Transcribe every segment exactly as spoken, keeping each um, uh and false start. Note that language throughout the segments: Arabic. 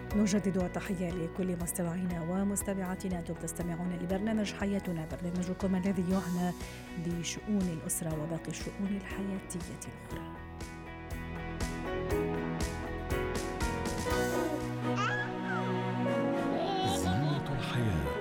نجدد التحية لكل مستمعينا ومستمعاتنا. أنتم تستمعون لبرنامج حياتنا، برنامجكم الذي يعنى بشؤون الأسرة وباقي الشؤون الحياتية الأخرى. زينة الحياة.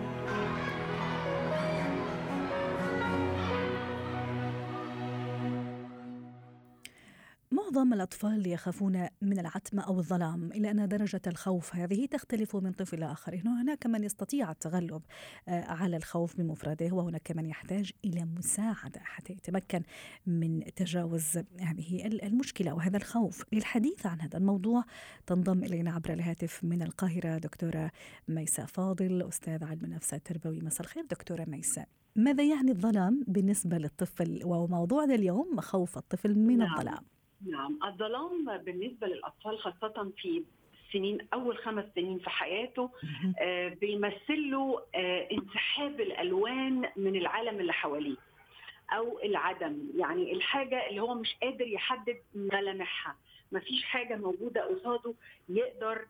معظم الأطفال يخافون من العتمة أو الظلام، إلا أن درجة الخوف هذه تختلف من طفل لآخر. هناك من يستطيع التغلب على الخوف بمفرده، وهناك من يحتاج إلى مساعدة حتى يتمكن من تجاوز هذه المشكلة وهذا الخوف. للحديث عن هذا الموضوع تنضم إلينا عبر الهاتف من القاهرة دكتورة ميساء فاضل، أستاذ علم النفس التربوي. مساء الخير دكتورة ميساء. ماذا يعني الظلام بالنسبة للطفل؟ وموضوعنا اليوم خوف الطفل من نعم. الظلام. نعم، الظلام بالنسبة للأطفال خاصة في سنين أول خمس سنين في حياته آه بيمثل له آه انسحاب الألوان من العالم اللي حواليه أو العدم، يعني الحاجة اللي هو مش قادر يحدد ملامحها، مفيش حاجة موجودة قصاده يقدر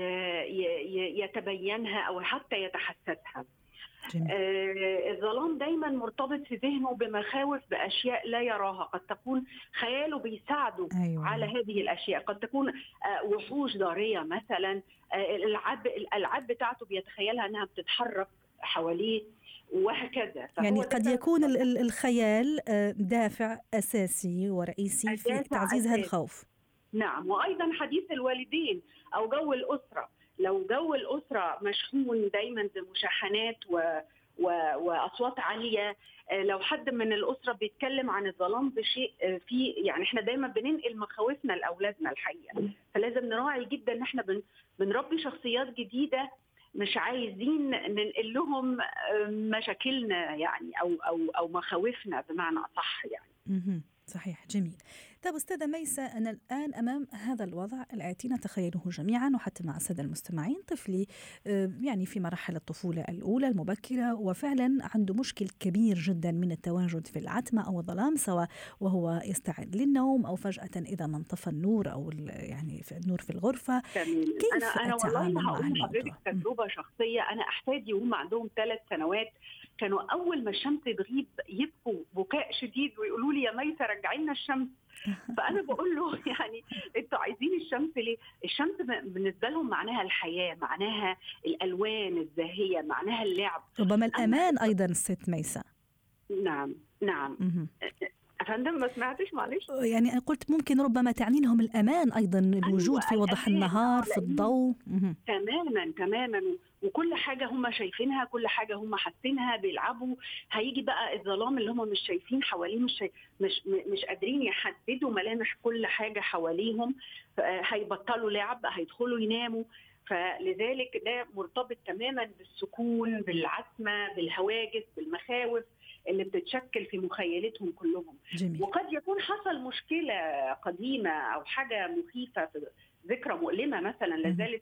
يتبينها أو حتى يتحسسها. آه الظلام دايما مرتبط في ذهنه بمخاوف بأشياء لا يراها، قد تكون خياله بيساعده أيوة. على هذه الأشياء، قد تكون آه وحوش ضارية مثلا، آه الألعاب الألعاب بتاعته بيتخيلها أنها بتتحرك حواليه وهكذا. يعني قد يكون الخيال دافع أساسي ورئيسي في تعزيز هذا الخوف. نعم، وأيضا حديث الوالدين أو جو الأسرة. لو جو الأسرة مشحون دايما بمشاحنات و... و... وأصوات عالية، لو حد من الأسرة بيتكلم عن الظلام بشيء في، يعني احنا دايما بننقل مخاوفنا لأولادنا الحقيقة، فلازم نراعي جدا ان احنا بن... بنربي شخصيات جديدة، مش عايزين ننقل لهم مشاكلنا يعني أو, أو, أو مخاوفنا بمعنى أصح يعني. صحيح، جميل. طيب أستاذة ميساء، أنا الآن أمام هذا الوضع الآتي نتخيله جميعا وحتى مع السادة المستمعين. طفلي يعني في مراحل الطفولة الأولى المبكرة، وفعلا عنده مشكل كبير جدا من التواجد في العتمة أو الظلام، سواء وهو يستعد للنوم أو فجأة إذا ما انطفى النور أو يعني النور في الغرفة. كيف أنا, أنا أتعامل والله مع هقول لحضرتك تجربة شخصية. أنا أحفادي وهم عندهم ثلاث سنوات كانوا أول ما الشمس تغيب يبكوا بكاء شديد ويقولوا لي يا ميساء رجعي لنا الشمس. فأنا بقول له يعني أنتوا عايزين الشمس ليه؟ الشمس بالنسبة لهم معناها الحياة، معناها الألوان الزاهية، معناها اللعب، ربما الأمان أيضا. الست ميساء. نعم نعم أفندم، ما سمعتش معلش. يعني أنا قلت ممكن ربما تعني لهم الأمان أيضا، الوجود أيوة في وضح النهار في الضوء. تماما تماما، وكل حاجة هم شايفينها، كل حاجة هم حاسينها، بيلعبوا. هيجي بقى الظلام اللي هم مش شايفين حواليه، مش مش مش قادرين يحددوا ملامح كل حاجة حواليهم، هيبطلوا لعب، هيدخلوا يناموا. فلذلك ده مرتبط تماما بالسكون، بالعتمة، بالهواجس، بالمخاوف اللي بتتشكل في مخيلتهم كلهم. جميل. وقد يكون حصل مشكلة قديمة أو حاجة مخيفة، في ذكرى مؤلمة مثلا لازالت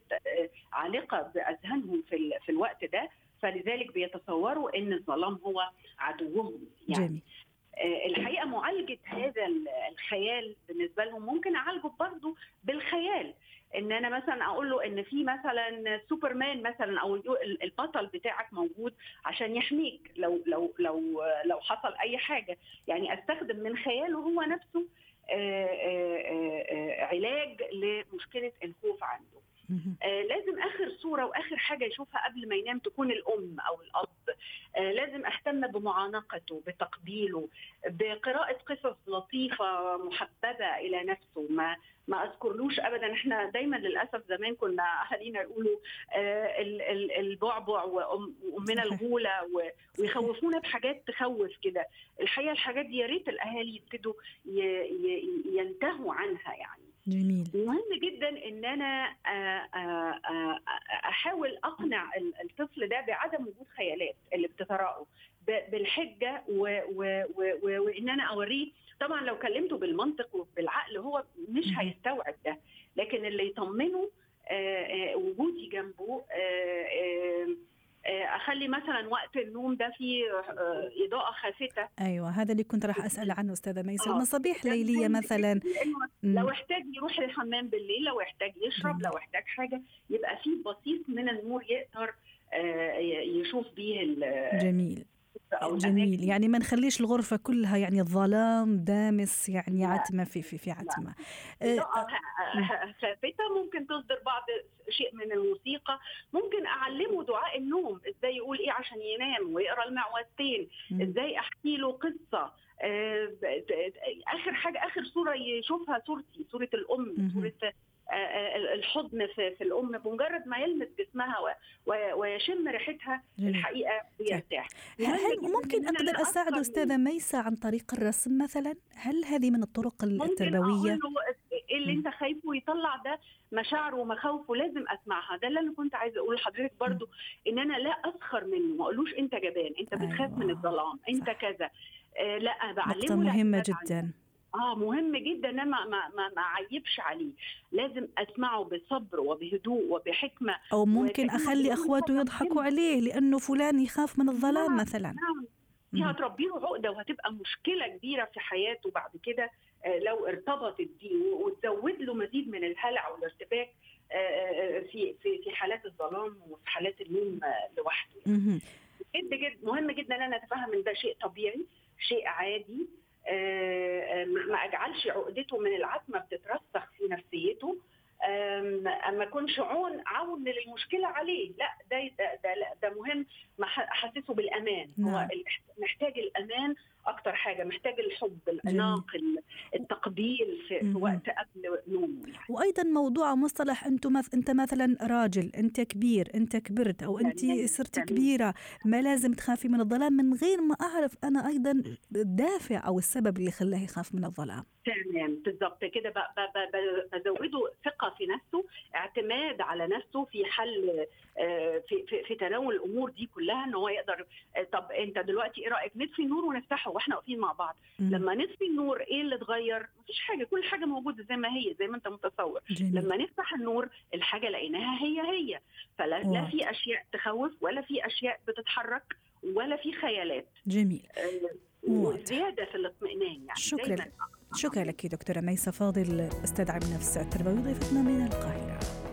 عالقة بأذهانهم في, في الوقت ده، فلذلك بيتصوروا أن الظلام هو عدوهم يعني. جميل. الحقيقة معالجة هذا الخيال بالنسبة لهم ممكن أعالجه برضو بالخيال، ان انا مثلا اقول له ان في مثلا سوبرمان مثلا او البطل بتاعك موجود عشان يحميك لو لو لو لو حصل اي حاجة، يعني استخدم من خياله هو نفسه آآ آآ علاج لمشكلة الخوف عنده. آه لازم آخر صورة وآخر حاجة يشوفها قبل ما ينام تكون الأم أو الأب. آه لازم أهتم بمعانقته، بتقبيله، بقراءة قصص لطيفة محببة إلى نفسه. ما ما أذكرلوش أبدا. إحنا دايما للأسف زمان كنا أهالينا يقولوا آه البعبع وأمنا الغولة ويخوفونا بحاجات تخوف كده. الحقيقة الحاجات دي يا ريت الأهالي يبتدوا ينتهوا عنها يعني. جميل. مهم جدا ان انا احاول اقنع الطفل ده بعدم وجود خيالات اللي بتتراءه بالحجه، وان انا اوريه. طبعا لو كلمته بالمنطق وبالعقل هو مش هيستوعب ده، لكن اللي يطمنه وجودي جنبه، اخلي مثلا وقت النوم ده فيه اضاءه خافته. ايوه هذا اللي كنت راح اسال عنه استاذه ميسه. آه. المصابيح ليليه مثلا، لو احتاج يروح الحمام بالليل، لو احتاج يشرب، لو احتاج حاجه يبقى فيه بسيط من النور يقدر يشوف بيه. جميل جميل. يعني ما نخليش الغرفة كلها يعني الظلام دامس، يعني عتمة في في في عتمة. إضاءة خافتة، ممكن تصدر بعض شيء من الموسيقى، ممكن أعلمه دعاء النوم إزاي يقول إيه عشان ينام ويقرأ المعوذتين، إزاي أحكي له قصة. آخر حاجة، آخر صورة يشوفها صورتي، صورة الأم، صورة الحضن في الأم، بمجرد ما يلمس جسمها ويشم ريحتها الحقيقة بيرتاح. هل ممكن أقدر أساعد أستاذة ميسة عن طريق الرسم مثلا؟ هل هذه من الطرق التربوية؟ ممكن أقول له اللي أنت خايفه يطلع ده مشاعره ومخاوفه، لازم أسمعها. ده اللي أنا كنت عايزة أقول لحضرتك برضو، إن أنا لا أسخر منه، ما أقولوش أنت جبان، أنت بتخاف أيوة. من الظلام، أنت كذا. آه لا، بعلمه نقطة مهمة جدا. اه مهم جدا ان انا ما ما ما اعيبش عليه، لازم اسمعه بصبر وبهدوء وبحكمه. او ممكن اخلي اخواته يضحكوا عليه لانه فلان يخاف من الظلام نعم. مثلا نعم، دي هتربي له عقده وهتبقى مشكله كبيره في حياته بعد كده لو ارتبطت دي، وتزود له مزيد من الهلع والارتباك في في في حالات الظلام وفي حالات النوم لوحده. جد جد مهم جدا ان انا اتفهم ان ده شيء طبيعي، شيء عادي. ما اجعلش عقدته من العتمه بتترسخ في نفسيته، اما اكونش عون عون للمشكله عليه. لا ده ده ده, ده مهم، احسسه بالامان. نعم. هو محتاج الامان اكتر حاجه، محتاج الحب، الاناق، التقبيل في, في وقت قبل نومه. يعني. وايضا موضوع مصطلح انت مث... انت مثلا راجل، انت كبير، انت كبرت او انت يعني صرت يعني كبيره، ما لازم تخافي من الظلام، من غير ما اعرف انا ايضا الدافع او السبب اللي خلاه يخاف من الظلام. تمام بالضبط كده. بزوده ثقه في نفسه، اعتماد على نفسه في حل في في, في تناول الامور دي كلها، ان هو يقدر. طب انت دلوقتي ايه رايك نطفي النور ونفتحه واحنا واقفين مع بعض؟ م. لما نطفي النور ايه اللي اتغير؟ مفيش حاجه، كل حاجه موجوده زي ما هي، زي ما انت متصور. جميل. لما نفتح النور الحاجه لقيناها هي هي، فلا لا في اشياء تخوف ولا في اشياء بتتحرك ولا في خيالات. جميل. وزياده في الاطمئنان. يعني شكرا شكرا لك دكتورة ميسة فاضل، استاذ علم النفس التربوي، ضيفتنا من القاهرة.